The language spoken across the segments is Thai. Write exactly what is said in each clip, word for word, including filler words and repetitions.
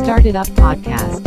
Started Up Podcast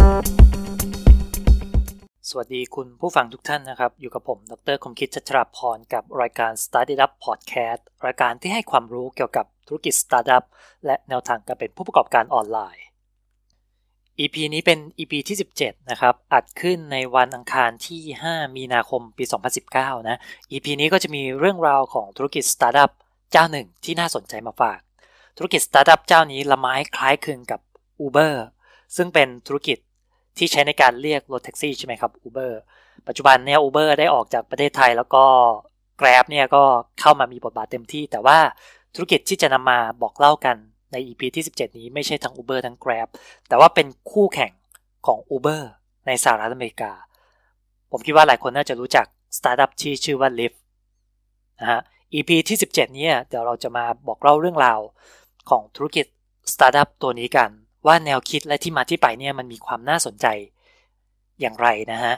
สวัสดีคุณผู้ฟังทุกท่านนะครับอยู่กับผมดร.คมคิด ชัชรพรกับรายการ Started Up Podcast รายการที่ให้ความรู้เกี่ยวกับธุรกิจสตาร์ทอัพและแนวทางการเป็นผู้ประกอบการออนไลน์ อี พี นี้เป็น อี พี ที่สิบเจ็ดนะครับอัดขึ้นในวันอังคารที่ห้ามีนาคมปีสองพันสิบเก้านะ อี พี นี้ก็จะมีเรื่องราวของธุรกิจสตาร์ทอัพเจ้าหนึ่งที่น่าสนใจมาฝากธุรกิจสตาร์ทอัพเจ้านี้ละไม้คล้ายคลึงกับ Uber ซึ่งเป็นธุรกิจที่ใช้ในการเรียกรถแท็กซี่ใช่ไหมครับ Uber ปัจจุบันเนี่ย Uber ได้ออกจากประเทศไทยแล้วก็ Grab เนี่ยก็เข้ามามีบทบาทเต็มที่แต่ว่าธุรกิจที่จะนำมาบอกเล่ากันใน อี พี ที่สิบเจ็ดนี้ไม่ใช่ทั้ง Uber ทั้ง Grab แต่ว่าเป็นคู่แข่งของ Uber ในสหรัฐอเมริกาผมคิดว่าหลายคนน่าจะรู้จักสตาร์ทอัพที่ชื่อว่า Lyft นะฮะ อี พี ที่สิบเจ็ดนี้เดี๋ยวเราจะมาบอกเล่าเรื่องราวของธุรกิจสตาร์ทอัพตัวนี้กันว่าแนวคิดและที่มาที่ไปเนี่ยมันมีความน่าสนใจอย่างไรนะฮะ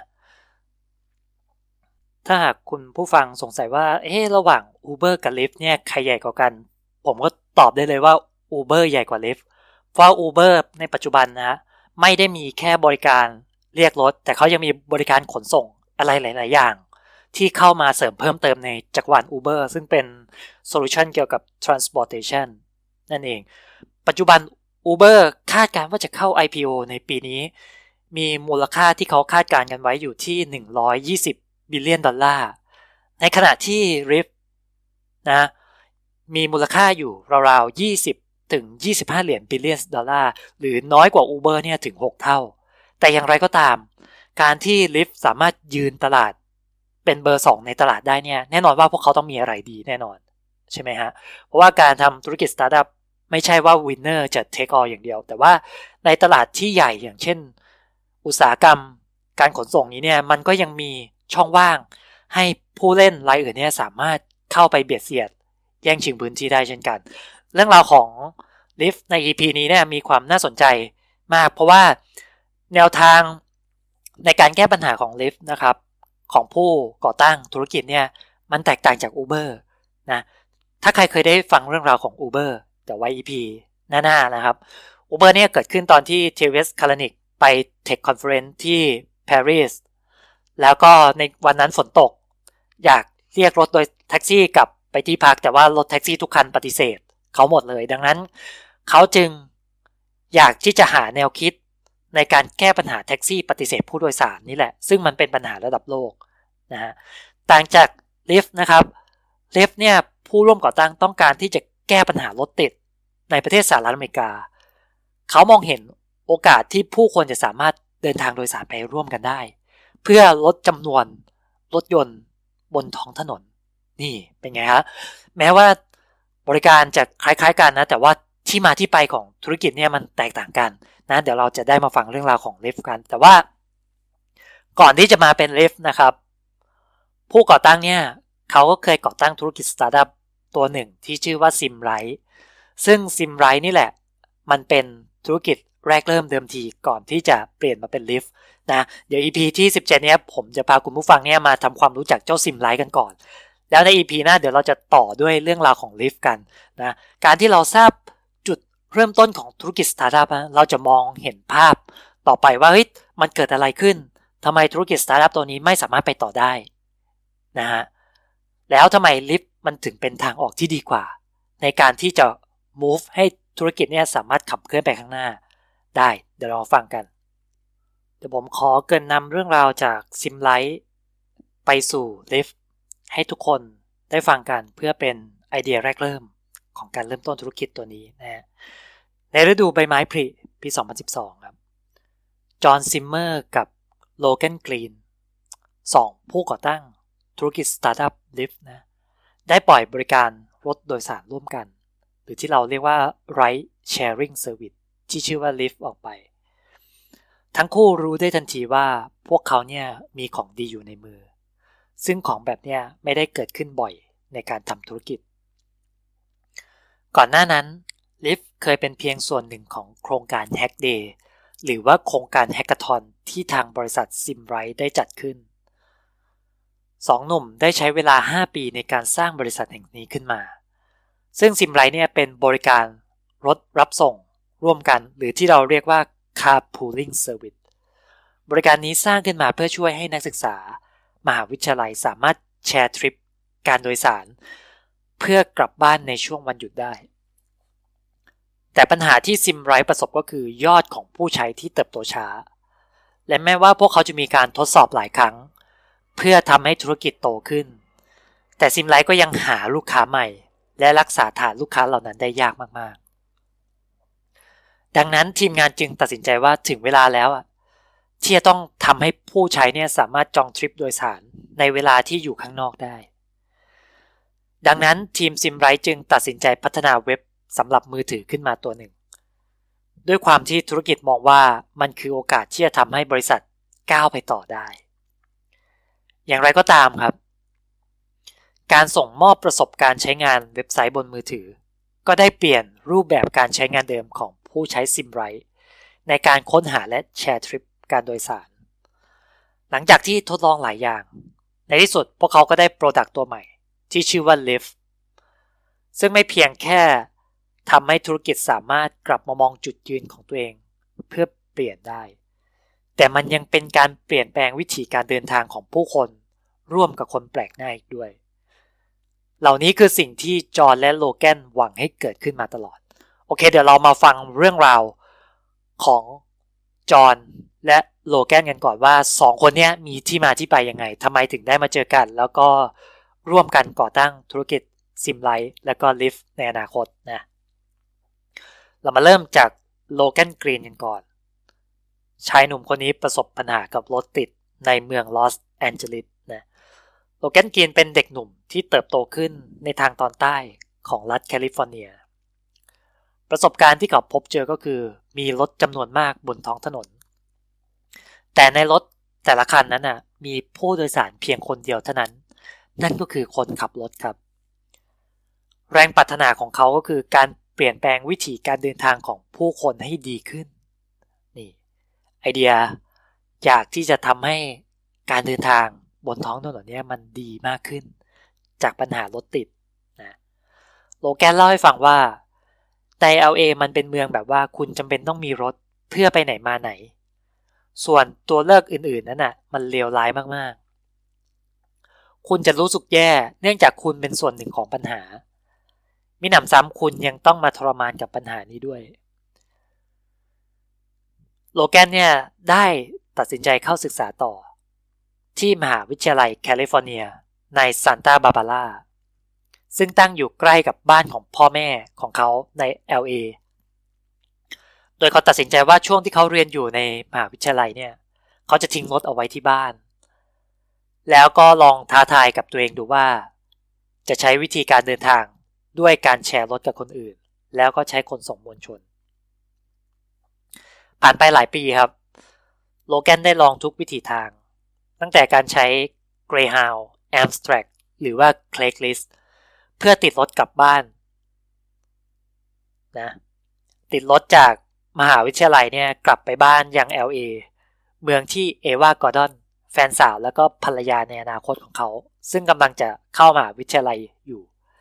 ถ้าหากคุณผู้ฟังสงสัยว่าเอ๊ะระหว่าง Uber กับ Lyft เนี่ยใครใหญ่กว่ากันผมก็ตอบได้เลยว่า Uber ใหญ่กว่า Lyft เพราะ Uber ในปัจจุบันนะไม่ได้มีแค่บริการเรียกรถแต่เขายังมีบริการขนส่งอะไรหลายๆอย่างที่เข้ามาเสริมเพิ่มเติมในจักรวาล Uber ซึ่งเป็นโซลูชันเกี่ยวกับ transportation นั่นเองปัจจุบัน Uber คาดการณ์ว่าจะเข้า ไอ พี โอ ในปีนี้มีมูลค่าที่เขาคาดการณ์กันไว้อยู่ที่หนึ่งร้อยยี่สิบบิลเลียนดอลลาร์ในขณะที่ Lyft นะมีมูลค่าอยู่ราวๆยี่สิบถึงยี่สิบห้าเหรียญบิลเลียนดอลลาร์หรือน้อยกว่า Uber เนี่ยถึงหกเท่าแต่อย่างไรก็ตามการที่ Lyft สามารถยืนตลาดเป็นเบอร์สองในตลาดได้เนี่ยแน่นอนว่าพวกเขาต้องมีอะไรดีแน่นอนใช่ไหมฮะเพราะว่าการทำธุรกิจสตาร์ทอัพไม่ใช่ว่า winner จะ take all อย่างเดียวแต่ว่าในตลาดที่ใหญ่อย่างเช่นอุตสาหกรรมการขนส่งนี้เนี่ยมันก็ยังมีช่องว่างให้ผู้เล่นรายอื่นเนี่ยสามารถเข้าไปเบียดเสียดแย่งชิงพื้นที่ได้เช่นกันเรื่องราวของ Lyft ใน อี พี นี้เนี่ยมีความน่าสนใจมากเพราะว่าแนวทางในการแก้ปัญหาของ Lyft นะครับของผู้ก่อตั้งธุรกิจเนี่ยมันแตกต่างจาก Uber นะถ้าใครเคยได้ฟังเรื่องราวของ Uber แต่ว่า อี พี หน้าๆนะครับ Uber เนี่ยเกิดขึ้นตอนที่ ที วี เอส Kalanick ไป Tech Conference ที่ปารีสแล้วก็ในวันนั้นฝนตกอยากเรียกรถโดยแท็กซี่กลับไปที่พักแต่ว่ารถแท็กซี่ทุกคันปฏิเสธเขาหมดเลยดังนั้นเขาจึงอยากที่จะหาแนวคิดในการแก้ปัญหาแท็กซี่ปฏิเสธผู้โดยสารนี่แหละซึ่งมันเป็นปัญหาระดับโลกนะฮะต่างจาก Lyft นะครับ Lyft เนี่ยผู้ร่วมก่อตั้งต้องการที่จะแก้ปัญหารถติดในประเทศสหรัฐอเมริกาเขามองเห็นโอกาสที่ผู้คนจะสามารถเดินทางโดยสารไปร่วมกันได้เพื่อลดจำนวนรถยนต์บนท้องถนนนี่เป็นไงฮะแม้ว่าบริการจะคล้ายๆกันนะแต่ว่าที่มาที่ไปของธุรกิจเนี่ยมันแตกต่างกันนะเดี๋ยวเราจะได้มาฟังเรื่องราวของ Lyft กันแต่ว่าก่อนที่จะมาเป็น Lyft นะครับผู้ก่อตั้งเนี่ยเขาก็เคยก่อตั้งธุรกิจสตาร์ทอัพตัวหนึ่งที่ชื่อว่า Simrise ซึ่ง Simrise นี่แหละมันเป็นธุรกิจแรกเริ่มเดิมทีก่อนที่จะเปลี่ยนมาเป็น Lyft นะเดี๋ยว อี พี ที่สิบเจ็ดเนี้ยผมจะพาคุณผู้ฟังเนี่ยมาทำความรู้จักเจ้า Simrise กันก่อนแล้วใน อี พี หน้าเดี๋ยวเราจะต่อด้วยเรื่องราวของ Lyft กันนะการที่เราทราบจุดเริ่มต้นของธุรกิจสตาร์ทอัพเราจะมองเห็นภาพต่อไปว่าเฮ้ยมันเกิดอะไรขึ้นทำไมธุรกิจสตาร์ทอัพตัวนี้ไม่สามารถไปต่อได้นะฮะแล้วทำไม Lyft มันถึงเป็นทางออกที่ดีกว่าในการที่จะ move ให้ธุรกิจเนี่ยสามารถขับเคลื่อนไปข้างหน้าได้เดี๋ยวเราฟังกันเดี๋ยวผมขอเกริ่นนำเรื่องราวจาก Simrise ไปสู่ Lyft ให้ทุกคนได้ฟังกันเพื่อเป็นไอเดียแรกเริ่มของการเริ่มต้นธุรกิจตัวนี้นะในฤดูใบไม้ผลิปีสองพันสิบสองครับจอห์นซิมเมอร์กับโลแกนกรีนสองผู้ก่อตั้งธุรกิจสตาร์ทอัพ Lyft นะได้ปล่อยบริการรถโดยสารร่วมกันหรือที่เราเรียกว่า Ride Sharing Service ที่ชื่อว่า Lyft ออกไปทั้งคู่รู้ได้ทันทีว่าพวกเขาเนี่ยมีของดีอยู่ในมือซึ่งของแบบเนี้ยไม่ได้เกิดขึ้นบ่อยในการทำธุรกิจก่อนหน้านั้น Lyft เคยเป็นเพียงส่วนหนึ่งของโครงการ Hack Day หรือว่าโครงการ Hackathon ที่ทางบริษัท Simrise ได้จัดขึ้นสองหนุ่มได้ใช้เวลาห้าปีในการสร้างบริษัทแห่งนี้ขึ้นมาซึ่ง Simrise เนี่ยเป็นบริการรถรับส่งร่วมกันหรือที่เราเรียกว่า Car Carpooling Service บริการนี้สร้างขึ้นมาเพื่อช่วยให้นักศึกษามหาวิทยาลัยสามารถแชร์ทริปการโดยสารเพื่อกลับบ้านในช่วงวันหยุดได้แต่ปัญหาที่ซิมไรท์ประสบก็คือยอดของผู้ใช้ที่เติบโตช้าและแม้ว่าพวกเขาจะมีการทดสอบหลายครั้งเพื่อทำให้ธุรกิจโตขึ้นแต่ซิมไรท์ก็ยังหาลูกค้าใหม่และรักษาฐานลูกค้าเหล่านั้นได้ยากมากๆดังนั้นทีมงานจึงตัดสินใจว่าถึงเวลาแล้วที่จะต้องทำให้ผู้ใช้เนี่ยสามารถจองทริปโดยสารในเวลาที่อยู่ข้างนอกได้ดังนั้นทีมซิมไรท์จึงตัดสินใจพัฒนาเว็บสำหรับมือถือขึ้นมาตัวหนึ่งด้วยความที่ธุรกิจมองว่ามันคือโอกาสที่จะทำให้บริษัทก้าวไปต่อได้อย่างไรก็ตามครับการส่งมอบประสบการณ์ใช้งานเว็บไซต์บนมือถือก็ได้เปลี่ยนรูปแบบการใช้งานเดิมของผู้ใช้ซิมไรท์ในการค้นหาและแชร์ทริปการโดยสารหลังจากที่ทดลองหลายอย่างในที่สุดพวกเขาก็ได้โปรดักต์ตัวใหม่ที่ชื่อว่า Lyft ซึ่งไม่เพียงแค่ทำให้ธุรกิจสามารถกลับมามองจุดยืนของตัวเองเพื่อเปลี่ยนได้แต่มันยังเป็นการเปลี่ยนแปลงวิธีการเดินทางของผู้คนร่วมกับคนแปลกหน้าอีกด้วยเหล่านี้คือสิ่งที่จอห์นและโลแกนหวังให้เกิดขึ้นมาตลอดโอเคเดี๋ยวเรามาฟังเรื่องราวของจอห์นและโลแกนกันก่อนว่าสองคนนี้มีที่มาที่ไปยังไงทำไมถึงได้มาเจอกันแล้วก็ร่วมกันก่อตั้งธุรกิจซิมไลท์และก็ Lyft ในอนาคตนะเรามาเริ่มจากโลแกนกรีนกันก่อนชายหนุ่มคนนี้ประสบปัญหากับรถติดในเมืองลอสแอนเจลิสนะโลแกนกรีนเป็นเด็กหนุ่มที่เติบโตขึ้นในทางตอนใต้ของรัฐแคลิฟอร์เนียประสบการณ์ที่เขาพบเจอก็คือมีรถจำนวนมากบนท้องถนนแต่ในรถแต่ละคันนั้นน่ะมีผู้โดยสารเพียงคนเดียวเท่านั้นนั่นก็คือคนขับรถครับแรงปรารถนาของเขาก็คือการเปลี่ยนแปลงวิถีการเดินทางของผู้คนให้ดีขึ้นนี่ไอเดียอยากที่จะทำให้การเดินทางบนท้องถนนนี้มันดีมากขึ้นจากปัญหารถติดนะโลแกนเล่าให้ฟังว่าใน แอล เอ มันเป็นเมืองแบบว่าคุณจำเป็นต้องมีรถเพื่อไปไหนมาไหนส่วนตัวเลือกอื่นๆนั้นน่ะมันเลวร้ายมากๆคุณจะรู้สึกแย่เนื่องจากคุณเป็นส่วนหนึ่งของปัญหามิหนำซ้ำคุณยังต้องมาทรมานกับปัญหานี้ด้วยโลแกนเนี่ยได้ตัดสินใจเข้าศึกษาต่อที่มหาวิทยาลัยแคลิฟอร์เนียในซานตาบาบาราซึ่งตั้งอยู่ใกล้กับบ้านของพ่อแม่ของเขาใน แอล เอ โดยเขาตัดสินใจว่าช่วงที่เขาเรียนอยู่ในมหาวิทยาลัยเนี่ยเขาจะทิ้งรถเอาไว้ที่บ้านแล้วก็ลองท้าทายกับตัวเองดูว่าจะใช้วิธีการเดินทางด้วยการแชร์รถกับคนอื่นแล้วก็ใช้ขนส่งมวลชนผ่านไปหลายปีครับโลแกนได้ลองทุกวิถีทางตั้งแต่การใช้ Greyhound Amtrak หรือว่า Craigslist เพื่อติดรถกลับบ้านนะติดรถจากมหาวิทยาลัยเนี่ยกลับไปบ้านยัง แอล เอ เมืองที่เอวากอร์ดอนแฟนสาวแล้วก็ภรรยาในอนาคตของเขาซึ่งกำลังจะเข้ามหาวิทยาลัยอยู่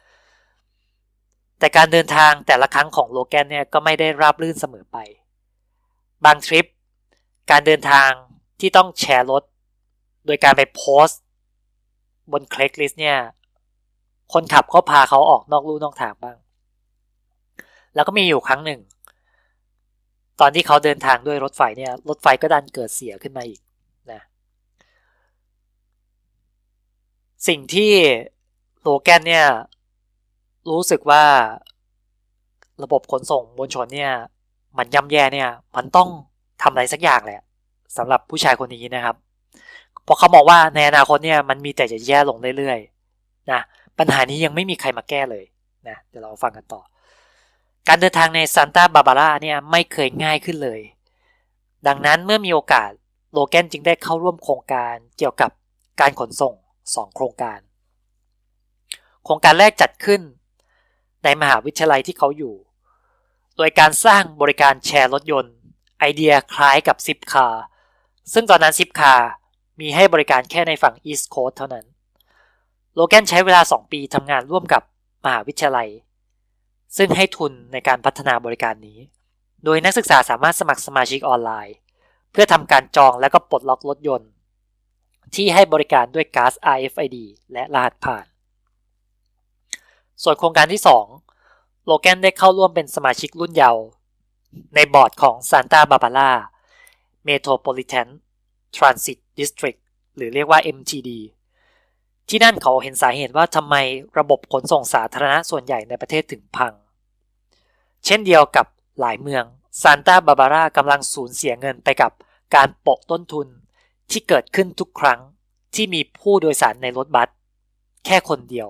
แต่การเดินทางแต่ละครั้งของโลแกนเนี่ยก็ไม่ได้ราบรื่นเสมอไปบางทริปการเดินทางที่ต้องแชร์รถโดยการไปโพสต์บน Craigslist เนี่ยคนขับก็พาเขาออกนอกลู่นอกทางบ้างแล้วก็มีอยู่ครั้งหนึ่งตอนที่เขาเดินทางด้วยรถไฟเนี่ยรถไฟก็ดันเกิดเสียขึ้นมาอีกนะสิ่งที่โลแกนเนี่ยรู้สึกว่าระบบขนส่งมวลชนเนี่ยมันย่ำแย่เนี่ยมันต้องทำอะไรสักอย่างแหละสำหรับผู้ชายคนนี้นะครับเพราะเขามองว่าในอนาคตเนี่ยมันมีแต่จะแย่ลงเรื่อยๆนะปัญหานี้ยังไม่มีใครมาแก้เลยนะเดี๋ยวเราฟังกันต่อการเดินทางในซานตาบาบาราเนี่ยไม่เคยง่ายขึ้นเลยดังนั้นเมื่อมีโอกาสโลแกนจึงได้เข้าร่วมโครงการเกี่ยวกับการขนส่งสองโครงการโครงการแรกจัดขึ้นในมหาวิทยาลัยที่เขาอยู่โดยการสร้างบริการแชร์รถยนต์ไอเดียคล้ายกับซิปคาร์ซึ่งตอนนั้นซิปคาร์มีให้บริการแค่ในฝั่งอีสต์โคสต์เท่านั้นโลแกนใช้เวลาสองปีทำงานร่วมกับมหาวิทยาลัยซึ่งให้ทุนในการพัฒนาบริการนี้โดยนักศึกษาสามารถสมัครสมาชิกออนไลน์เพื่อทำการจองและก็ปลดล็อกรถยนต์ที่ให้บริการด้วยการ์ด อาร์ เอฟ ไอ ดี และรหัสผ่านส่วนโครงการที่สองโลแกนได้เข้าร่วมเป็นสมาชิกรุ่นเยาว์ในบอร์ดของ Santa Barbara Metropolitan Transit District หรือเรียกว่า เอ็ม ที ดี ที่นั่นเขาเห็นสาเหตุว่าทำไมระบบขนส่งสาธารณะส่วนใหญ่ในประเทศถึงพังเช่นเดียวกับหลายเมือง Santa Barbara กำลังสูญเสียเงินไปกับการโปะต้นทุนที่เกิดขึ้นทุกครั้งที่มีผู้โดยสารในรถบัสแค่คนเดียว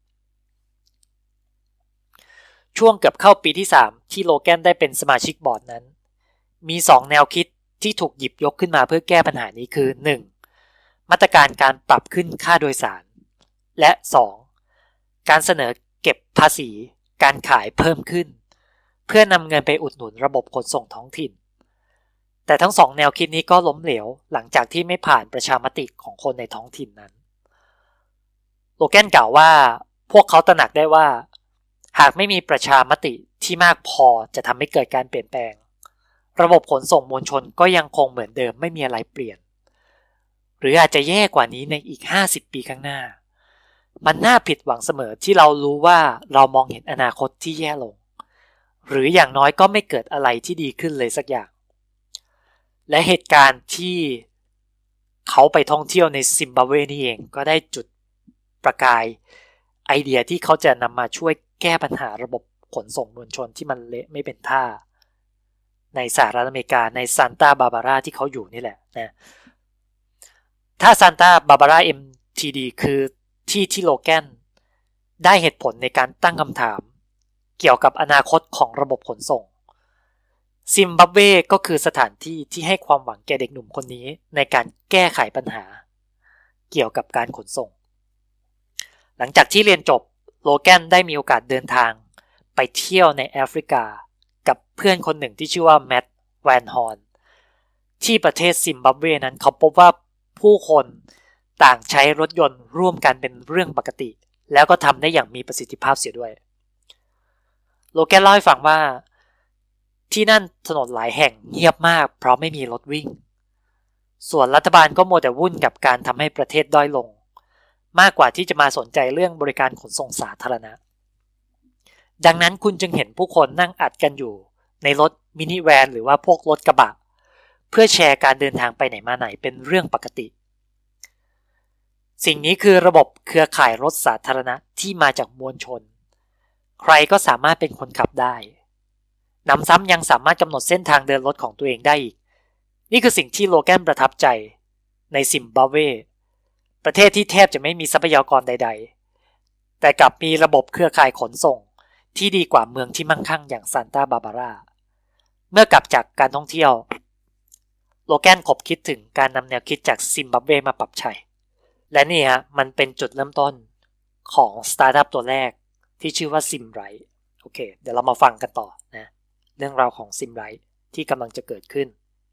ช่วงเกือบเข้าปีที่สามที่โลแกนได้เป็นสมาชิกบอร์ดนั้นมีสองแนวคิดที่ถูกหยิบยกขึ้นมาเพื่อแก้ปัญหานี้คือ หนึ่ง มาตรการการปรับขึ้นค่าโดยสารและ สอง การเสนอเก็บภาษีการขายเพิ่มขึ้นเพื่อนำเงินไปอุดหนุนระบบขนส่งท้องถิ่นแต่ทั้งสองแนวคิดนี้ก็ล้มเหลวหลังจากที่ไม่ผ่านประชามติของคนในท้องถิ่นนั้นโลแกนกล่าวว่าพวกเขาตระหนักได้ว่าหากไม่มีประชามติที่มากพอจะทำให้เกิดการเปลี่ยนแปลงระบบขนส่งมวลชนก็ยังคงเหมือนเดิมไม่มีอะไรเปลี่ยนหรืออาจจะแย่กว่านี้ในอีกห้าสิบปีข้างหน้ามันน่าผิดหวังเสมอที่เรารู้ว่าเรามองเห็นอนาคตที่แย่ลงหรืออย่างน้อยก็ไม่เกิดอะไรที่ดีขึ้นเลยสักอย่างและเหตุการณ์ที่เขาไปท่องเที่ยวในซิมบับเวนี่เองก็ได้จุดประกายไอเดียที่เขาจะนำมาช่วยแก้ปัญหาระบบขนส่งมวลชนที่มันเละไม่เป็นท่าในสหรัฐอเมริกาในซานตาบาบาราที่เขาอยู่นี่แหละนะถ้าซานตาบาบารา เอ็ม ที ดี คือที่ที่โลแกนได้เหตุผลในการตั้งคำถามเกี่ยวกับอนาคตของระบบขนส่งซิมบับเวก็คือสถานที่ที่ให้ความหวังแก่เด็กหนุ่มคนนี้ในการแก้ไขปัญหาเกี่ยวกับการขนส่งหลังจากที่เรียนจบโลแกนได้มีโอกาสเดินทางไปเที่ยวในแอฟริกากับเพื่อนคนหนึ่งที่ชื่อว่าแมตต์แวนฮอร์นที่ประเทศซิมบับเวนั้นเขาพบว่าผู้คนต่างใช้รถยนต์ร่วมกันเป็นเรื่องปกติแล้วก็ทำได้อย่างมีประสิทธิภาพเสียด้วยโลแกนเล่าให้ฟังว่าที่นั่นถนนหลายแห่งเงียบมากเพราะไม่มีรถวิ่งส่วนรัฐบาลก็มัวแต่วุ่นกับการทำให้ประเทศด้อยลงมากกว่าที่จะมาสนใจเรื่องบริการขนส่งสาธารณะดังนั้นคุณจึงเห็นผู้คนนั่งอัดกันอยู่ในรถมินิแวนหรือว่าพวกรถกระบะเพื่อแชร์การเดินทางไปไหนมาไหนเป็นเรื่องปกติสิ่งนี้คือระบบเครือข่ายรถสาธารณะที่มาจากมวลชนใครก็สามารถเป็นคนขับได้นำซ้ำยังสามารถกำหนดเส้นทางเดินรถของตัวเองได้อีกนี่คือสิ่งที่โลแกนประทับใจในซิมบับเวประเทศที่แทบจะไม่มีทรัพยากรใดๆแต่กลับมีระบบเครือข่ายขนส่งที่ดีกว่าเมืองที่มั่งคั่งอย่างซานตาบาบาราเมื่อกลับจากการท่องเที่ยวโลแกนคบคิดถึงการนำแนวคิดจากซิมบับเวมาปรับใช้และนี่ฮะมันเป็นจุดเริ่มต้นของสตาร์ทอัพตัวแรกที่ชื่อว่าซิมไรท์โอเคเดี๋ยวเรามาฟังกันต่อนะเรื่องราวของซิมไรท์ที่กำลังจะเกิดขึ้น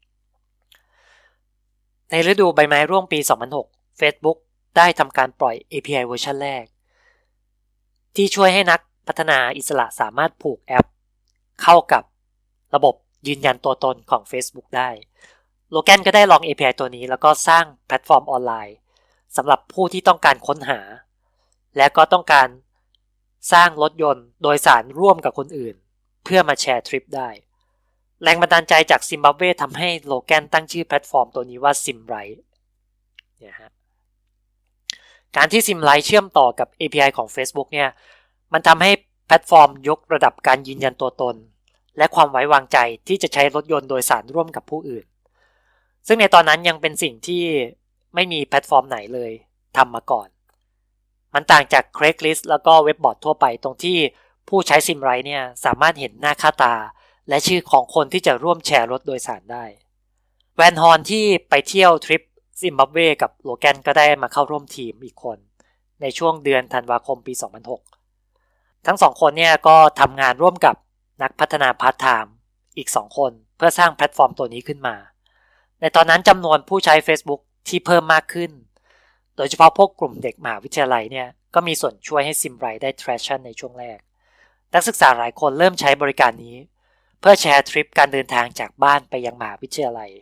ในฤดูใบไม้ร่วงปีสองพันหก Facebook ได้ทำการปล่อย เอ พี ไอ เวอร์ชันแรกที่ช่วยให้นักพัฒนาอิสระสามารถผูกแอปเข้ากับระบบยืนยันตัวตนของ Facebook ได้โลแกนก็ได้ลอง เอ พี ไอ ตัวนี้แล้วก็สร้างแพลตฟอร์มออนไลน์สำหรับผู้ที่ต้องการค้นหาและก็ต้องการสร้างรถยนต์โดยสารร่วมกับคนอื่นเพื่อมาแชร์ทริปได้แรงบันดาลใจจากซิมบับเวทำให้โลแกนตั้งชื่อแพลตฟอร์มตัวนี้ว่าซิมไรท์เนี่ยฮะการที่ซิมไรท์เชื่อมต่อกับ เอ พี ไอ ของ Facebook เนี่ยมันทำให้แพลตฟอร์มยกระดับการยืนยันตัวตนและความไว้วางใจที่จะใช้รถยนต์โดยสารร่วมกับผู้อื่นซึ่งในตอนนั้นยังเป็นสิ่งที่ไม่มีแพลตฟอร์มไหนเลยทำมาก่อนมันต่างจาก Craigslist แล้วก็เว็บบอร์ดทั่วไปตรงที่ผู้ใช้ซิมไรท์เนี่ยสามารถเห็นหน้าค่าตาและชื่อของคนที่จะร่วมแชร์รถโดยสารได้แวนฮอร์นที่ไปเที่ยวทริปซิมบับเวกับโลแกนก็ได้มาเข้าร่วมทีมอีกคนในช่วงเดือนธันวาคมปีสองพันหกทั้งสองคนเนี่ยก็ทำงานร่วมกับนักพัฒนาพาร์ทไทม์อีกสองคนเพื่อสร้างแพลตฟอร์มตัวนี้ขึ้นมาในตอนนั้นจำนวนผู้ใช้ Facebook ที่เพิ่มมากขึ้นโดยเฉพาะพวกกลุ่มเด็กมหาวิทยาลัยเนี่ยก็มีส่วนช่วยให้ซิมไรท์ได้ traction ในช่วงแรกนักศึกษาหลายคนเริ่มใช้บริการนี้เพื่อแชร์ทริปการเดินทางจากบ้านไปยังมหาวิทยาลัย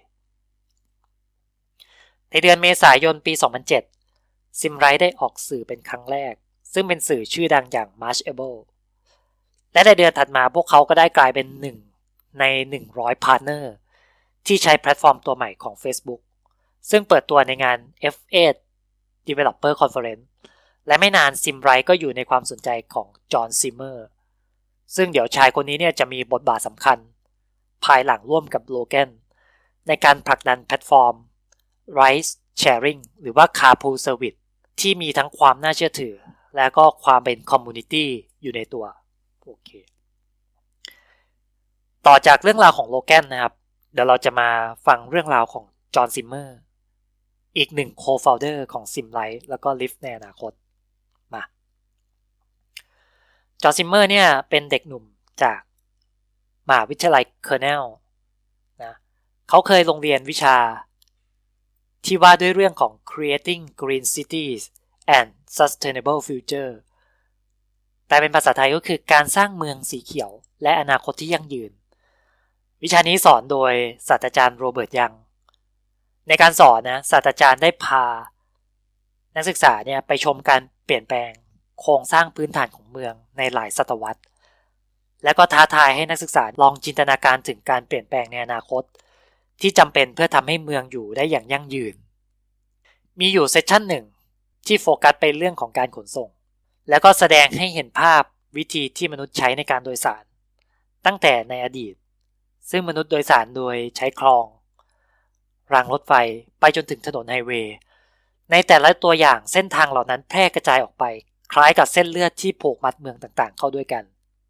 ในเดือนเมษายนปีสองพันเจ็ด Simrise ได้ออกสื่อเป็นครั้งแรกซึ่งเป็นสื่อชื่อดังอย่าง Mashable และในเดือนถัดมาพวกเขาก็ได้กลายเป็นหนึ่งในหนึ่งร้อยพาร์ทเนอร์ที่ใช้แพลตฟอร์มตัวใหม่ของ Facebook ซึ่งเปิดตัวในงาน เอฟ เอท Developer Conference และไม่นาน Simrise ก็อยู่ในความสนใจของจอห์นซิมเมอร์ซึ่งเดี๋ยวชายคนนี้เนี่ยจะมีบทบาทสำคัญภายหลังร่วมกับโลแกนในการผลักดันแพลตฟอร์ม Ride Sharing หรือว่า Carpool Service ที่มีทั้งความน่าเชื่อถือและก็ความเป็นคอมมูนิตี้อยู่ในตัวโอเคต่อจากเรื่องราวของโลแกนนะครับเดี๋ยวเราจะมาฟังเรื่องราวของจอห์นซิมเมอร์อีกหนึ่งโคฟาวเดอร์ของ Simrise แล้วก็ Lyft ในอนาคตมาจอห์นซิมเมอร์เนี่ยเป็นเด็กหนุ่มจากมหาวิทยาลัยเคอร์เนลนะเขาเคยลงเรียนวิชาที่ว่าด้วยเรื่องของ creating green cities and sustainable future แต่เป็นภาษาไทยก็คือการสร้างเมืองสีเขียวและอนาคตที่ยั่งยืนวิชานี้สอนโดยศาสตราจารย์โรเบิร์ตยังในการสอนนะศาสตราจารย์ได้พานักศึกษาเนี่ยไปชมการเปลี่ยนแปลงโครงสร้างพื้นฐานของเมืองในหลายศตวรรษและก็ท้าทายให้นักศึกษาลองจินตนาการถึงการเปลี่ยนแปลงในอนาคตที่จำเป็นเพื่อทำให้เมืองอยู่ได้อย่างยั่งยืนมีอยู่เซสชั่นหนึ่งที่โฟกัสไปเรื่องของการขนส่งแล้วก็แสดงให้เห็นภาพวิธีที่มนุษย์ใช้ในการโดยสารตั้งแต่ในอดีตซึ่งมนุษย์โดยสารโดยใช้คลองรางรถไฟไปจนถึงถนนไฮเวย์ในแต่ละตัวอย่างเส้นทางเหล่านั้นแพร่กระจายออกไปคล้ายกับเส้นเลือดที่ผูกมัดเมืองต่างๆเข้าด้วยกัน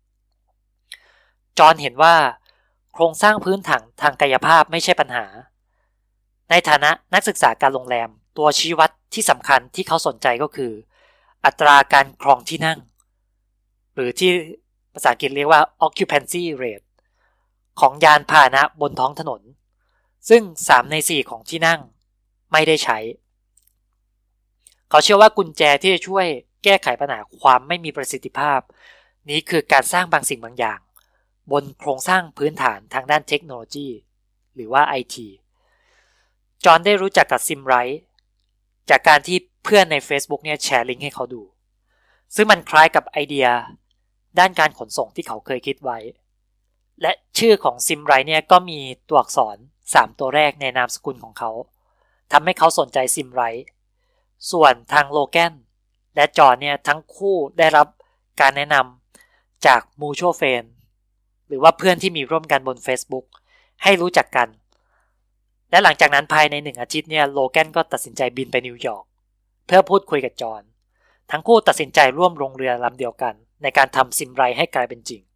จอห์นเห็นว่าโครงสร้างพื้นฐานทางกายภาพไม่ใช่ปัญหาในฐานะนักศึกษาการโรงแรมตัวชี้วัดที่สำคัญที่เขาสนใจก็คืออัตราการครองที่นั่งหรือที่ภาษาอังกฤษเรียกว่า occupancy rate ของยานพาหนะบนท้องถนนซึ่งสามในสี่ของที่นั่งไม่ได้ใช้เขาเชื่อว่ากุญแจที่จะช่วยแก้ไขปัญหาความไม่มีประสิทธิภาพนี้คือการสร้างบางสิ่งบางอย่างบนโครงสร้างพื้นฐานทางด้านเทคโนโลยีหรือว่า ไอ ที จอห์นได้รู้จักกับ Simrise จากการที่เพื่อนใน Facebook เนี่ยแชร์ลิงก์ให้เขาดูซึ่งมันคล้ายกับไอเดียด้านการขนส่งที่เขาเคยคิดไว้และชื่อของ Simrise เนี่ยก็มีตัวอักษรสามตัวแรกในนามสกุลของเขาทำให้เขาสนใจ Simrise ส่วนทางโลแกนและจอห์นเนี่ยทั้งคู่ได้รับการแนะนำจาก Mutual Friend หรือว่าเพื่อนที่มีร่วมกันบน Facebook ให้รู้จักกันและหลังจากนั้นภายในหนึ่งอาทิตย์เนี่ยโลแกนก็ตัดสินใจบินไปนิวยอร์กเพื่อพูดคุยกับจอห์นทั้งคู่ตัดสินใจร่วมลงเรือลำเดียวกันในการทำ Simrise ให้กลายเป็นจริง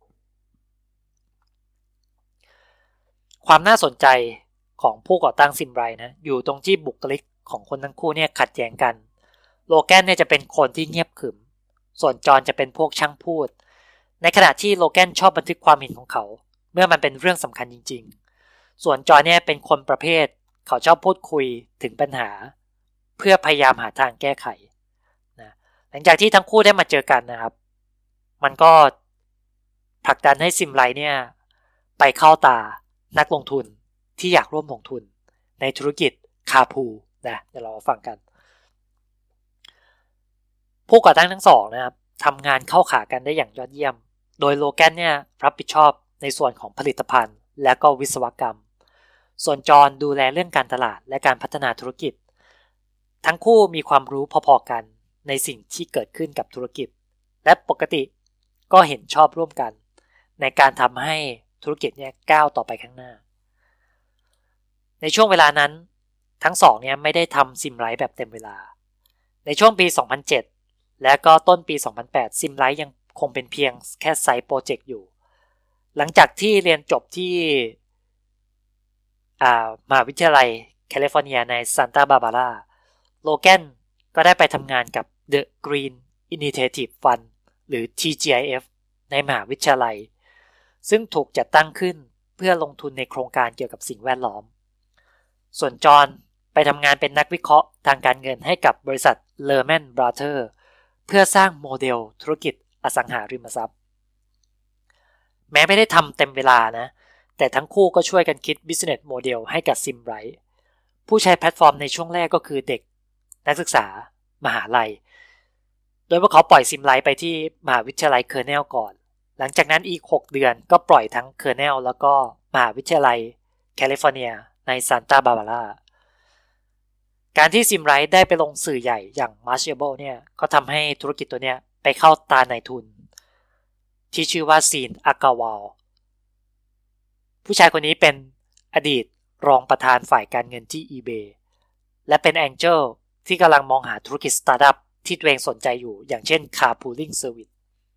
ความน่าสนใจของผู้ก่อตั้ง Simrise นะอยู่ตรงที่บุคลิกของคนทั้งคู่เนี่ยขัดแย้งกันโลแกนเนี่ยจะเป็นคนที่เงียบขรึมส่วนจอห์นจะเป็นพวกช่างพูดในขณะที่โลแกนชอบบันทึกความเห็นของเขาเมื่อมันเป็นเรื่องสำคัญจริงๆส่วนจอห์นเนี่ยเป็นคนประเภทเขาชอบพูดคุยถึงปัญหาเพื่อพยายามหาทางแก้ไขนะหลังจากที่ทั้งคู่ได้มาเจอกันนะครับมันก็ผลักดันให้ Simrise เนี่ยไปเข้าตานักลงทุนที่อยากร่วมลงทุนในธุรกิจคาพูนะเดี๋ยวเราฟังกันผู้ก่อตั้งทั้งสองนะครับทำงานเข้าขากันได้อย่างยอดเยี่ยมโดยโลแกนเนี่ยรับผิดชอบในส่วนของผลิตภัณฑ์และก็วิศวกรรมส่วนจอห์นดูแลเรื่องการตลาดและการพัฒนาธุรกิจทั้งคู่มีความรู้พอๆกันในสิ่งที่เกิดขึ้นกับธุรกิจและปกติก็เห็นชอบร่วมกันในการทำให้ธุรกิจเนี่ยก้าวต่อไปข้างหน้าในช่วงเวลานั้นทั้งสองเนี่ยไม่ได้ทำ Simrise แบบเต็มเวลาในช่วงปีสองพันเจ็ดและก็ต้นปีสองพันแปด Simrise ยังคงเป็นเพียงแค่ไซต์โปรเจกต์อยู่หลังจากที่เรียนจบที่มหาวิทยาลัยแคลิฟอร์เนียในซานตาบาบาราโลแกนก็ได้ไปทำงานกับ The Green Initiative Fund หรือ ที จี ไอ เอฟ ในมหาวิทยาลัยซึ่งถูกจัดตั้งขึ้นเพื่อลงทุนในโครงการเกี่ยวกับสิ่งแวดล้อมส่วนจอห์นไปทำงานเป็นนักวิเคราะห์ทางการเงินให้กับบริษัท Lehman Brothers เพื่อสร้างโมเดลธุรกิจอสังหาริมทรัพย์แม้ไม่ได้ทำเต็มเวลานะแต่ทั้งคู่ก็ช่วยกันคิด business model ให้กับ Simrise ผู้ใช้แพลตฟอร์มในช่วงแรกก็คือเด็กนักศึกษามหาลัยโดยพวกเขาปล่อย Simrise ไปที่มหาวิทยาลัยเคอร์เนลก่อนหลังจากนั้นอีกหกเดือนก็ปล่อยทั้งเคอร์เนลแล้วก็มหาวิทยาลัยแคลิฟอร์เนียในซานตาบาบาราการที่ Simrise ได้ไปลงสื่อใหญ่อย่าง Mashable เนี่ยก็ทำให้ธุรกิจตัวเนี้ยไปเข้าตานายทุนที่ชื่อว่าซีนอากาวาลผู้ชายคนนี้เป็นอดีตรองประธานฝ่ายการเงินที่ eBay และเป็น Angel ที่กำลังมองหาธุรกิจสตาร์ทอัพที่ตัวเองสนใจอยู่อย่างเช่น Carpooling Service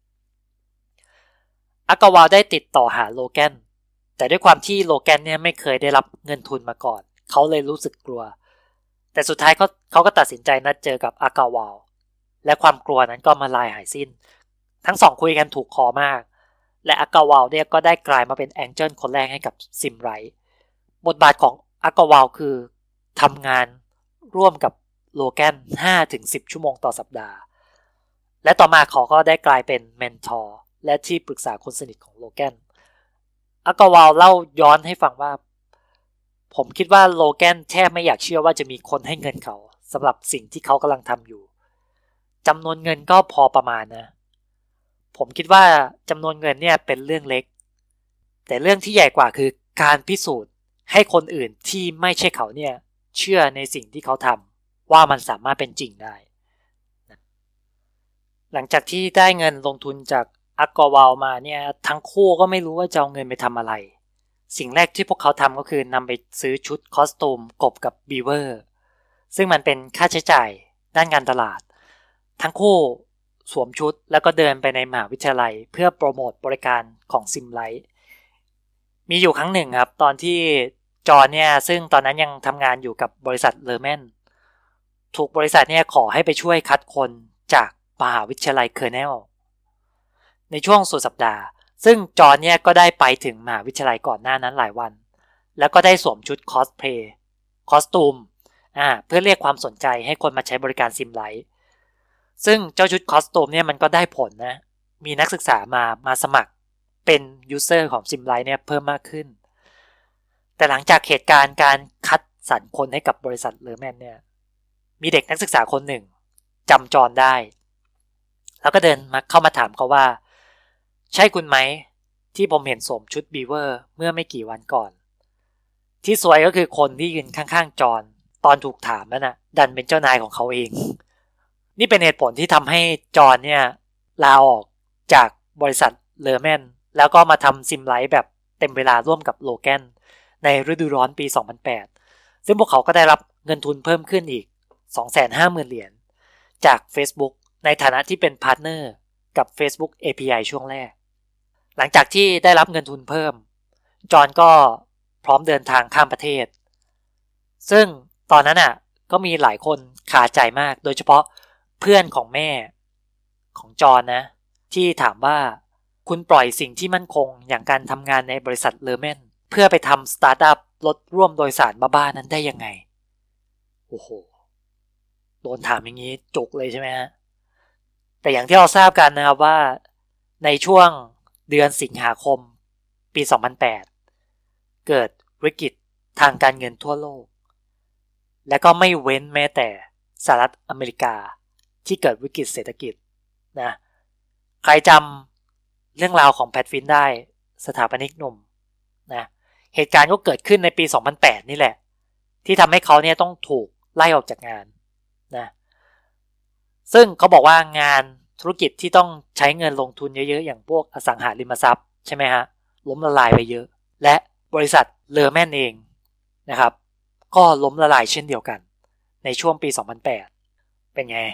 อากาวาลได้ติดต่อหาโลแกนแต่ด้วยความที่โลแกนเนี่ยไม่เคยได้รับเงินทุนมาก่อนเขาเลยรู้สึกกลัวแต่สุดท้ายเขาเขาก็ตัดสินใจนัดเจอกับอากาวาลและความกลัวนั้นก็มาลายหายสิ้นทั้งสองคุยกันถูกคอมากและอากาวาลเนี่ยก็ได้กลายมาเป็นแองเจิลคนแรกให้กับ Simrise บทบาทของอากาวาลคือทำงานร่วมกับโลแกน ห้าถึงสิบ ชั่วโมงต่อสัปดาห์และต่อมาเขาก็ได้กลายเป็นเมนทอร์และที่ปรึกษาคนสนิทของโลแกนอากาวาลเล่าย้อนให้ฟังว่าผมคิดว่าโลแกนแทบไม่อยากเชื่อว่าจะมีคนให้เงินเขาสำหรับสิ่งที่เขากำลังทำอยู่จำนวนเงินก็พอประมาณนะผมคิดว่าจำนวนเงินเนี่ยเป็นเรื่องเล็กแต่เรื่องที่ใหญ่กว่าคือการพิสูจน์ให้คนอื่นที่ไม่ใช่เขาเนี่ยเชื่อในสิ่งที่เขาทำว่ามันสามารถเป็นจริงได้หลังจากที่ได้เงินลงทุนจากอากาวาลมาเนี่ยทั้งคู่ก็ไม่รู้ว่าจะเอาเงินไปทำอะไรสิ่งแรกที่พวกเขาทำก็คือนำไปซื้อชุดคอสตูมกบกับบีเวอร์ซึ่งมันเป็นค่าใช้จ่ายด้านการตลาดทั้งคู่สวมชุดแล้วก็เดินไปในมหาวิทยาลัยเพื่อโปรโมทบริการของ Simrise มีอยู่ครั้งหนึ่งครับตอนที่จอห์นเนี่ยซึ่งตอนนั้นยังทำงานอยู่กับบริษัทเลอแมนถูกบริษัทเนี่ยขอให้ไปช่วยคัดคนจากมหาวิทยาลัยเคอร์เนลในช่วงสุดสัปดาห์ซึ่งจอห์นเนี่ยก็ได้ไปถึงมหาวิทยาลัยก่อนหน้านั้นหลายวันแล้วก็ได้สวมชุดคอสเพลย์คอสตูมอ่าเพื่อเรียกความสนใจให้คนมาใช้บริการ Simrise ซึ่งเจ้าชุดคอสตูมเนี่ยมันก็ได้ผลนะมีนักศึกษามามาสมัครเป็นยูเซอร์ของ Simrise เนี่ยเพิ่มมากขึ้นแต่หลังจากเหตุการณ์การคัดสรรคนให้กับบริษัทเลอแมนเนี่ยมีเด็กนักศึกษาคนหนึ่งจำจอห์นได้แล้วก็เดินมาเข้ามาถามเขาว่าใช่คุณไหมที่ผมเห็นสวมชุดบีเวอร์เมื่อไม่กี่วันก่อนที่สวยก็คือคนที่ยืนข้างๆจอห์นตอนถูกถามนั่นนะดันเป็นเจ้านายของเขาเองนี่เป็นเหตุผลที่ทำให้จอห์นเนี่ยลาออกจากบริษัทเลอแมนแล้วก็มาทำ Simrise แบบเต็มเวลาร่วมกับโลแกนในฤดูร้อนปีสองพันแปดซึ่งพวกเขาก็ได้รับเงินทุนเพิ่มขึ้นอีก สองแสนห้าหมื่น เหรียญจาก Facebook ในฐานะที่เป็นพาร์ทเนอร์กับ Facebook เอ พี ไอ ช่วงแรกหลังจากที่ได้รับเงินทุนเพิ่มจอห์นก็พร้อมเดินทางข้ามประเทศซึ่งตอนนั้นอ่ะก็มีหลายคนขาใจมากโดยเฉพาะเพื่อนของแม่ของจอห์นนะที่ถามว่าคุณปล่อยสิ่งที่มั่นคงอย่างการทำงานในบริษัทเลอแมนเพื่อไปทำสตาร์ทอัพรถร่วมโดยสารบ้าๆนั้นได้ยังไงโอ้โหโดนถามอย่างนี้จุกเลยใช่ไหมฮะแต่อย่างที่เราทราบกันนะครับว่าในช่วงเดือนสิงหาคมปีสองพันแปดเกิดวิกฤตทางการเงินทั่วโลกและก็ไม่เว้นแม้แต่สหรัฐอเมริกาที่เกิดวิกฤตเศรษฐกิจนะใครจำเรื่องราวของแพทฟินได้สถาปนิกหนุ่มนะเหตุการณ์ก็เกิดขึ้นในปีสองพันแปดนี่แหละที่ทำให้เขาเนี่ยต้องถูกไล่ออกจากงานนะซึ่งเขาบอกว่างานธุรกิจที่ต้องใช้เงินลงทุนเยอะๆอย่างพวกอสังหาริมทรัพย์ใช่ไหมฮะล้มละลายไปเยอะและบริษัทเลอแมนเองนะครับก็ล้มละลายเช่นเดียวกันในช่วงปีสองพันแปดเป็นไง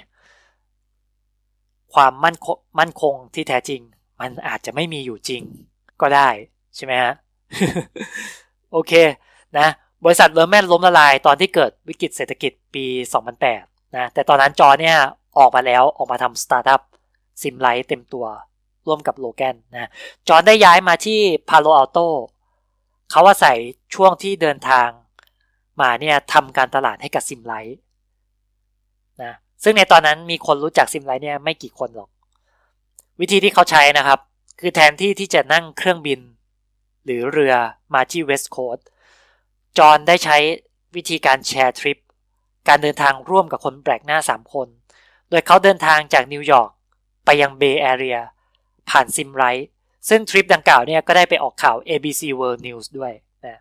ความมั่นคงมั่นคงที่แท้จริงมันอาจจะไม่มีอยู่จริงก็ได้ใช่ไหมฮะ โอเคนะบริษัทเลอแมนล้มละลายตอนที่เกิดวิกฤตเศรษฐกิจปีสองพันแปดนะแต่ตอนนั้นจอเนี่ยออกมาแล้วออกมาทำสตาร์ทอัพ Simrise เต็มตัวร่วมกับโลแกนนะจอได้ย้ายมาที่ Palo Alto เขาอาศัยช่วงที่เดินทางมาเนี่ยทำการตลาดให้กับ Simrise นะซึ่งในตอนนั้นมีคนรู้จัก Simrise เนี่ยไม่กี่คนหรอกวิธีที่เขาใช้นะครับคือแทนที่ที่จะนั่งเครื่องบินหรือเรือมาที่เวสต์โคสต์จอห์นได้ใช้วิธีการแชร์ทริปการเดินทางร่วมกับคนแปลกหน้าสามคนโดยเขาเดินทางจากนิวยอร์กไปยังเบย์แอเรียผ่านซิมไรท์ซึ่งทริปดังกล่าวเนี่ยก็ได้ไปออกข่าว เอ บี ซี World News ด้วยนะ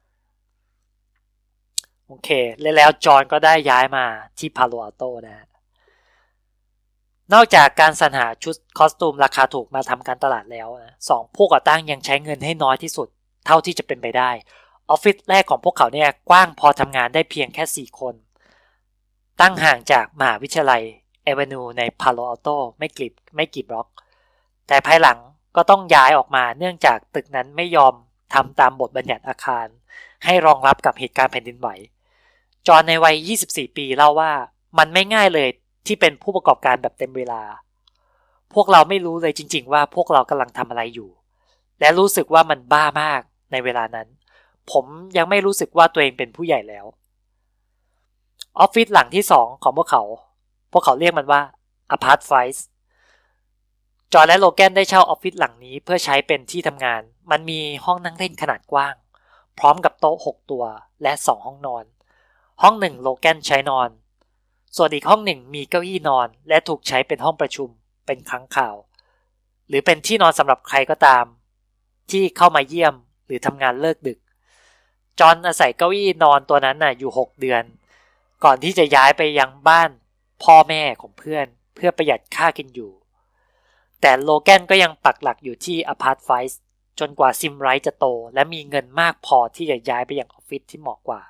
โอเคแล้วจอห์นก็ได้ย้ายมาที่พาโลอัลโตนะนอกจากการสรรหาชุดคอสตูมราคาถูกมาทำการตลาดแล้วนะสองผู้ก่อตั้งยังใช้เงินให้น้อยที่สุดเท่าที่จะเป็นไปได้ออฟฟิศแรกของพวกเขาเนี่ยกว้างพอทำงานได้เพียงแค่สี่คนตั้งห่างจากมหาวิทยาลัยเอเวนูในพาโลอัลโตไม่กี่ไม่กี่บล็อกแต่ภายหลังก็ต้องย้ายออกมาเนื่องจากตึกนั้นไม่ยอมทำตามบทบัญญัติอาคารให้รองรับกับเหตุการณ์แผ่นดินไหวจอห์นในวัยยี่สิบสี่ปีเล่าว่ามันไม่ง่ายเลยที่เป็นผู้ประกอบการแบบเต็มเวลาพวกเราไม่รู้เลยจริงๆว่าพวกเรากำลังทำอะไรอยู่และรู้สึกว่ามันบ้ามากในเวลานั้นผมยังไม่รู้สึกว่าตัวเองเป็นผู้ใหญ่แล้วออฟฟิศหลังที่สองของพวกเขาพวกเขาเรียกมันว่า Apart Five จอห์นและโลแกนได้เช่าออฟฟิศหลังนี้เพื่อใช้เป็นที่ทำงานมันมีห้องนั่งเล่นขนาดกว้างพร้อมกับโต๊ะหกตัวและสองห้องนอนห้องหนึ่งโลแกนใช้นอนส่วนอีกห้องหนึ่งมีเก้าอี้นอนและถูกใช้เป็นห้องประชุมเป็นครั้งคราวหรือเป็นที่นอนสำหรับใครก็ตามที่เข้ามาเยี่ยมหรือทำงานเลิกดึกจอห์นอาศัยเก้าอี้นอนตัวนั้นน่ะอยู่หกเดือนก่อนที่จะย้ายไปยังบ้านพ่อแม่ของเพื่อนเพื่อประหยัดค่ากินอยู่แต่โลแกนก็ยังปักหลักอยู่ที่อพาร์ตไฟส์จนกว่าซิมไรท์จะโตและมีเงินมากพอที่จะย้ายไปยังออฟฟิศที่เหมาะกว่า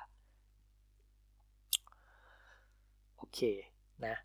โอเคนะ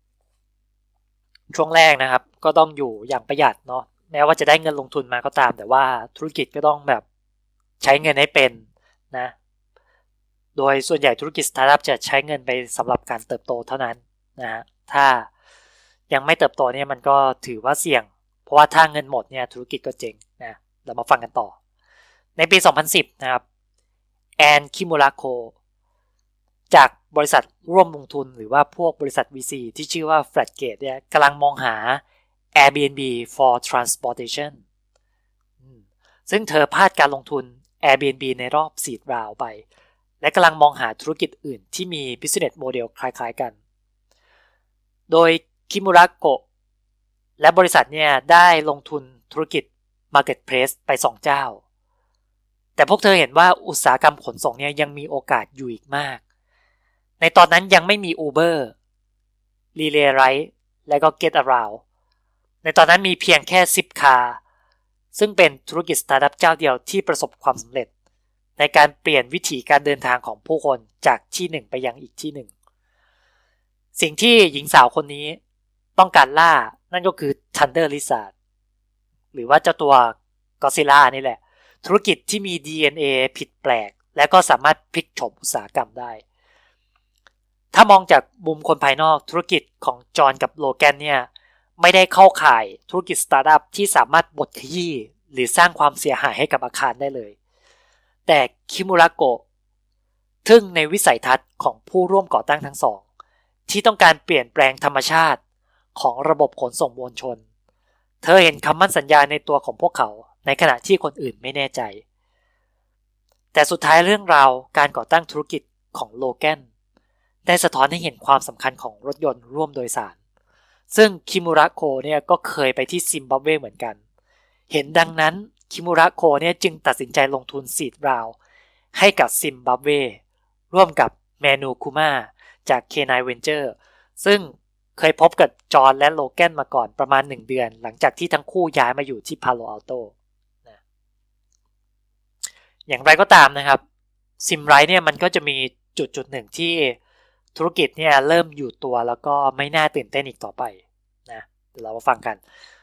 ช่วงแรกนะครับก็ต้องอยู่อย่างประหยัดเนาะแม้ว่าจะได้เงินลงทุนมาก็ตามแต่ว่าธุรกิจก็ต้องแบบใช้เงินให้เป็นนะโดยส่วนใหญ่ธุรกิจสตาร์ทอัพจะใช้เงินไปสำหรับการเติบโตเท่านั้นนะฮะถ้ายังไม่เติบโตเนี่ยมันก็ถือว่าเสี่ยงเพราะว่าถ้าเงินหมดเนี่ยธุรกิจก็เจ๊งนะเรามาฟังกันต่อในปีสองพันสิบนะครับแอนคิมูระโคจากบริษัทร่วมลงทุนหรือว่าพวกบริษัท วี ซี ที่ชื่อว่า Flatgate เนี่ยกำลังมองหา Airbnb for Transportation ซึ่งเธอพลาดการลงทุน Airbnb ในรอบ Seed Round ไปและกำลังมองหาธุรกิจอื่นที่มี Business Model คล้ายๆกันโดยคิมูระโกะและบริษัทเนี่ยได้ลงทุนธุรกิจ Marketplace ไปสองเจ้าแต่พวกเธอเห็นว่าอุตสาหกรรมขนส่งเนี่ยยังมีโอกาสอยู่อีกมากในตอนนั้นยังไม่มี Uber Relay และก็ Getaround ในตอนนั้นมีเพียงแค่ Zipcar ซึ่งเป็นธุรกิจสตาร์ทอัพเจ้าเดียวที่ประสบความสำเร็จในการเปลี่ยนวิถีการเดินทางของผู้คนจากที่หนึ่งไปยังอีกที่หนึ่งสิ่งที่หญิงสาวคนนี้ต้องการล่านั่นก็คือ Thunder Lizard หรือว่าเจ้าตัว Godzilla นี่แหละธุรกิจที่มี ดี เอ็น เอ ผิดแปลกและก็สามารถพลิกโฉมอุตสาหกรรมได้ถ้ามองจากมุมคนภายนอกธุรกิจของจอห์นกับโลแกนเนี่ยไม่ได้เข้าข่ายธุรกิจสตาร์ทอัพที่สามารถบดขยี้หรือสร้างความเสียหายให้กับอาคารได้เลยแต่คิมูระโกะทึ่งในวิสัยทัศน์ของผู้ร่วมก่อตั้งทั้งสองที่ต้องการเปลี่ยนแปลงธรรมชาติของระบบขนส่งมวลชนเธอเห็นคำมั่นสัญญาในตัวของพวกเขาในขณะที่คนอื่นไม่แน่ใจแต่สุดท้ายเรื่องราวการก่อตั้งธุรกิจของโลแกนได้สะท้อนให้เห็นความสำคัญของรถยนต์ร่วมโดยสารซึ่งคิมูระโคเนี่ยก็เคยไปที่ซิมบับเวเหมือนกันเห็นดังนั้นคิมูระโคเนี่ยจึงตัดสินใจลงทุนซีดราวให้กับซิมบับเวร่วมกับแมนูคุมาจาก เค ไนน์ Venture ซึ่งเคยพบกับจอห์นและโลแกนมาก่อนประมาณหนึ่งเดือนหลังจากที่ทั้งคู่ย้ายมาอยู่ที่พาโลอัลโตนะอย่างไรก็ตามนะครับซิมไรท์เนี่ยมันก็จะมีจุดจุดหนึ่งที่ธุรกิจเนี่ยเริ่มอยู่ตัวแล้วก็ไม่น่าตื่นเต้นอีกต่อไปนะเดี๋ยวเรามาฟังกัน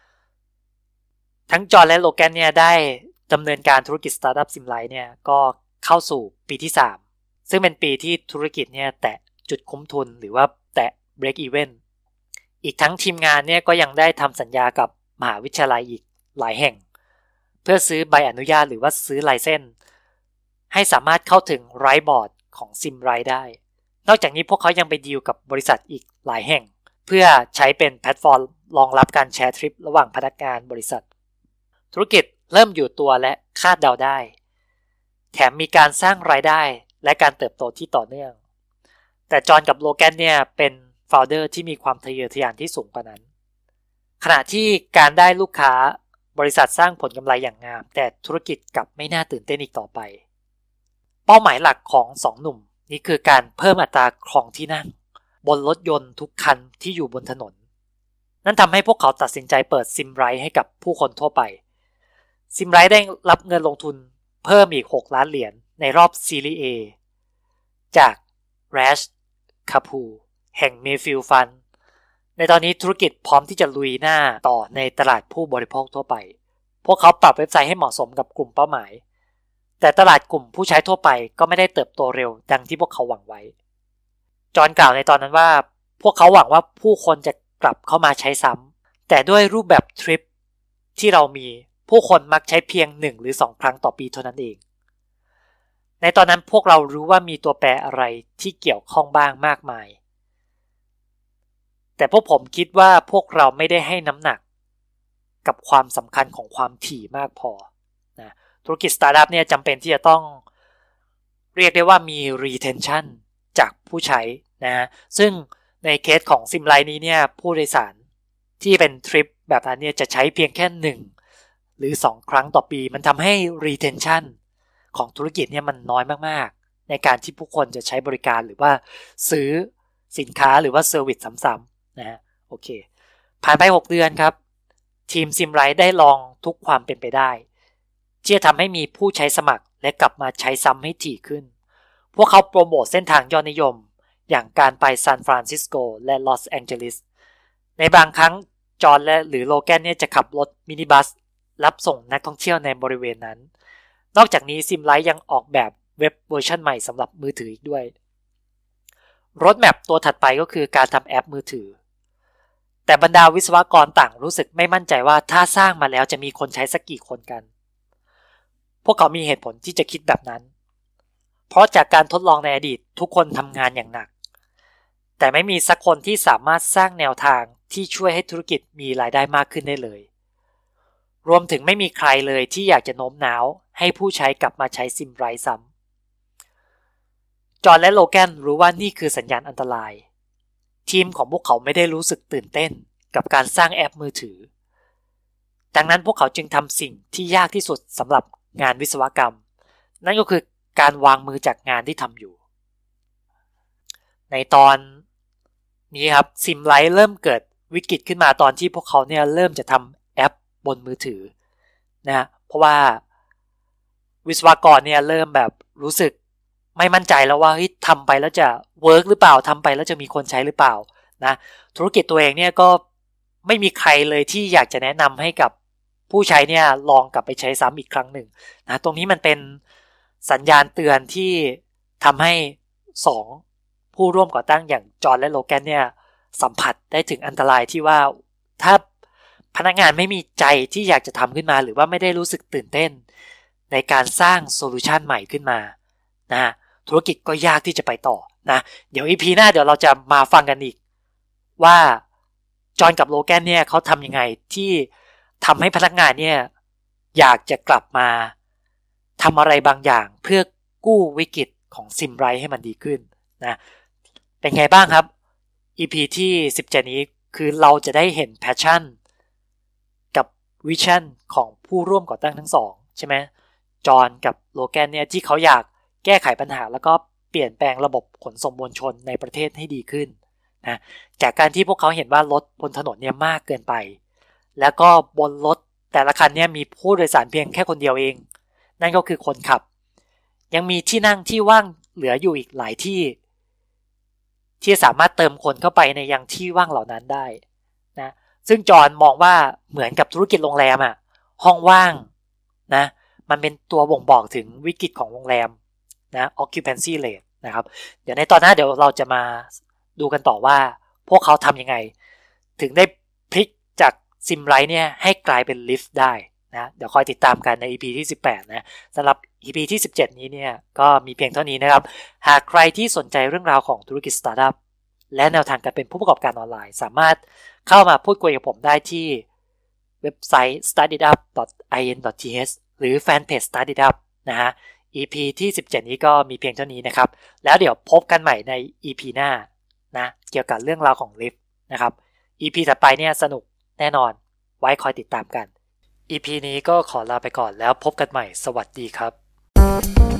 ทั้งจอห์นและโลแกนเนี่ยได้ดำเนินการธุรกิจสตาร์ทอัพซิมไรท์เนี่ยก็เข้าสู่ปีที่สามซึ่งเป็นปีที่ธุรกิจเนี่ยแตะจุดคุ้มทุนหรือว่าแตะ break even อีกทั้งทีมงานเนี่ยก็ยังได้ทำสัญญากับมหาวิทยาลัยอีกหลายแห่งเพื่อซื้อใบอนุญาตหรือว่าซื้อไลเซนส์ให้สามารถเข้าถึงไรท์บอร์ดของซิมไรท์ได้นอกจากนี้พวกเขายังไปดีลกับบริษัทอีกหลายแห่งเพื่อใช้เป็นแพลตฟอร์มรองรับการแชร์ทริประหว่างพนักงานบริษัทธุรกิจเริ่มอยู่ตัวและคาดเดาได้แถมมีการสร้างรายได้และการเติบโตที่ต่อเนื่องแต่จอห์นกับโลแกนเนี่ยเป็นโฟลเดอร์ที่มีความทะเยอทะยานที่สูงกว่านั้นขณะที่การได้ลูกค้าบริษัทสร้างผลกำไรอย่างงามแต่ธุรกิจกลับไม่น่าตื่นเต้นอีกต่อไปเป้าหมายหลักของสองหนุ่มนี่คือการเพิ่มอัตราครองที่นั่งบนรถยนต์ทุกคันที่อยู่บนถนนนั่นทำให้พวกเขาตัดสินใจเปิดซิมไรท์ให้กับผู้คนทั่วไปซิมไรท์ได้รับเงินลงทุนเพิ่มอีกหกล้านเหรียญในรอบซีรีส์ A จาก Rash Kapoor แห่ง Mayfield Fund ในตอนนี้ธุรกิจพร้อมที่จะลุยหน้าต่อในตลาดผู้บริโภคทั่วไปพวกเขาปรับเว็บไซต์ให้เหมาะสมกับกลุ่มเป้าหมายแต่ตลาดกลุ่มผู้ใช้ทั่วไปก็ไม่ได้เติบโตเร็วดังที่พวกเขาหวังไว้จอห์นกล่าวในตอนนั้นว่าพวกเขาหวังว่าผู้คนจะกลับเข้ามาใช้ซ้ำแต่ด้วยรูปแบบทริปที่เรามีผู้คนมักใช้เพียงหนึ่งหรือสองครั้งต่อปีเท่านั้นเองในตอนนั้นพวกเรารู้ว่ามีตัวแปรอะไรที่เกี่ยวข้องบ้างมากมายแต่พวกผมคิดว่าพวกเราไม่ได้ให้น้ำหนักกับความสำคัญของความถี่มากพอนะธุรกิจสตาร์ทอัพเนี่ยจำเป็นที่จะต้องเรียกได้ว่ามี retention จากผู้ใช้นะซึ่งในเคสของซิมไลน์นี้เนี่ยผู้โดยสารที่เป็นทริปแบบนั้นเนี่ยจะใช้เพียงแค่หนึ่งหรือสองครั้งต่อปีมันทำให้ retention ของธุรกิจเนี่ยมันน้อยมากๆในการที่ผู้คนจะใช้บริการหรือว่าซื้อสินค้าหรือว่าเซอร์วิสซ้ำๆนะฮะโอเคผ่านไปหกเดือนครับทีมซิมไลท์ได้ลองทุกความเป็นไปได้ที่จะทำให้มีผู้ใช้สมัครและกลับมาใช้ซ้ำให้ถี่ขึ้นพวกเขาโปรโมทเส้นทางยอดนิยมอย่างการไปซานฟรานซิสโกและลอสแองเจลิสในบางครั้งจอห์นและหรือโลแกนเนี่ยจะขับรถมินิบัสรับส่งนักท่องเที่ยวในบริเวณนั้นนอกจากนี้ซิมไลท์ยังออกแบบเว็บเวอร์ชันใหม่สำหรับมือถืออีกด้วยรถแมพตัวถัดไปก็คือการทำแอปมือถือแต่บรรดาวิศวกรต่างรู้สึกไม่มั่นใจว่าถ้าสร้างมาแล้วจะมีคนใช้สักกี่คนกันพวกเขามีเหตุผลที่จะคิดแบบนั้นเพราะจากการทดลองในอดีตทุกคนทำงานอย่างหนักแต่ไม่มีสักคนที่สามารถสร้างแนวทางที่ช่วยให้ธุรกิจมีรายได้มากขึ้นได้เลยรวมถึงไม่มีใครเลยที่อยากจะโน้มน้าวให้ผู้ใช้กลับมาใช้ซิมไรท์ซ้ำจอห์นและโลแกนรู้ว่านี่คือสัญญาณอันตรายทีมของพวกเขาไม่ได้รู้สึกตื่นเต้นกับการสร้างแอปมือถือดังนั้นพวกเขาจึงทำสิ่งที่ยากที่สุดสำหรับงานวิศวกรรมนั่นก็คือการวางมือจากงานที่ทำอยู่ในตอนนี้ครับซิมไลท์เริ่มเกิดวิกฤตขึ้นมาตอนที่พวกเขาเนี่ยเริ่มจะทำแอปบนมือถือนะเพราะว่าวิศวกรเนี่ยเริ่มแบบรู้สึกไม่มั่นใจแล้วว่าเฮ้ยทำไปแล้วจะเวิร์กหรือเปล่าทำไปแล้วจะมีคนใช้หรือเปล่านะธุรกิจตัวเองเนี่ยก็ไม่มีใครเลยที่อยากจะแนะนำให้กับผู้ใช้เนี่ยลองกลับไปใช้ซ้ำอีกครั้งหนึ่งนะตรงนี้มันเป็นสัญญาณเตือนที่ทำให้สองผู้ร่วมก่อตั้งอย่างจอห์นและโลแกนเนี่ยสัมผัสได้ถึงอันตรายที่ว่าถ้าพนักงานไม่มีใจที่อยากจะทำขึ้นมาหรือว่าไม่ได้รู้สึกตื่นเต้นในการสร้างโซลูชันใหม่ขึ้นมานะธุรกิจก็ยากที่จะไปต่อนะเดี๋ยว อี พี หน้าเดี๋ยวเราจะมาฟังกันอีกว่าจอห์นกับโลแกนเนี่ยเขาทำยังไงที่ทำให้พนักงานเนี่ยอยากจะกลับมาทำอะไรบางอย่างเพื่อกู้วิกฤตของซิมไรท์ให้มันดีขึ้นนะเป็นไงบ้างครับ อี พี ที่สิบเจ็ดนี้คือเราจะได้เห็นแพชชั่นกับวิชั่นของผู้ร่วมก่อตั้งทั้งสองใช่ไหมจอห์นกับโลแกนเนี่ยที่เขาอยากแก้ไขปัญหาแล้วก็เปลี่ยนแปลงระบบขนส่งมวลชนในประเทศให้ดีขึ้นนะจากการที่พวกเขาเห็นว่ารถบนถนนเนี่ยมากเกินไปแล้วก็บนรถแต่ละคันเนี่ยมีผู้โดยสารเพียงแค่คนเดียวเองนั่นก็คือคนขับยังมีที่นั่งที่ว่างเหลืออยู่อีกหลายที่ที่สามารถเติมคนเข้าไปในยังที่ว่างเหล่านั้นได้นะซึ่งจอห์นมองว่าเหมือนกับธุรกิจโรงแรมอ่ะห้องว่างนะมันเป็นตัวบ่งบอกถึงวิกฤตของโรงแรมนะ occupancy rate นะครับเดี๋ยวในตอนหน้าเดี๋ยวเราจะมาดูกันต่อว่าพวกเขาทำยังไงถึงได้พลิกจากซิมไรท์เนี่ยให้กลายเป็นลิฟต์ได้นะเดี๋ยวคอยติดตามกันใน อี พี ที่สิบแปดนะสำหรับ อี พี ที่สิบเจ็ดนี้เนี่ยก็มีเพียงเท่านี้นะครับหากใครที่สนใจเรื่องราวของธุรกิจสตาร์ทอัพและแนวทางการเป็นผู้ประกอบการออนไลน์สามารถเข้ามาพูดคุยกับผมได้ที่เว็บไซต์ สตาร์ทอิทอัพ ดอท ไอ เอ็น ดอท ที เอช หรือแฟนเพจ StartItUp นะฮะ อี พี ที่สิบเจ็ดนี้ก็มีเพียงเท่านี้นะครับแล้วเดี๋ยวพบกันใหม่ใน อี พี หน้านะเกี่ยวกับเรื่องราวของ Lyft นะครับ อี พี ถัดไปเนี่ยสนุกแน่นอนไว้คอยติดตามกัน อี พี นี้ก็ขอลาไปก่อนแล้วพบกันใหม่สวัสดีครับ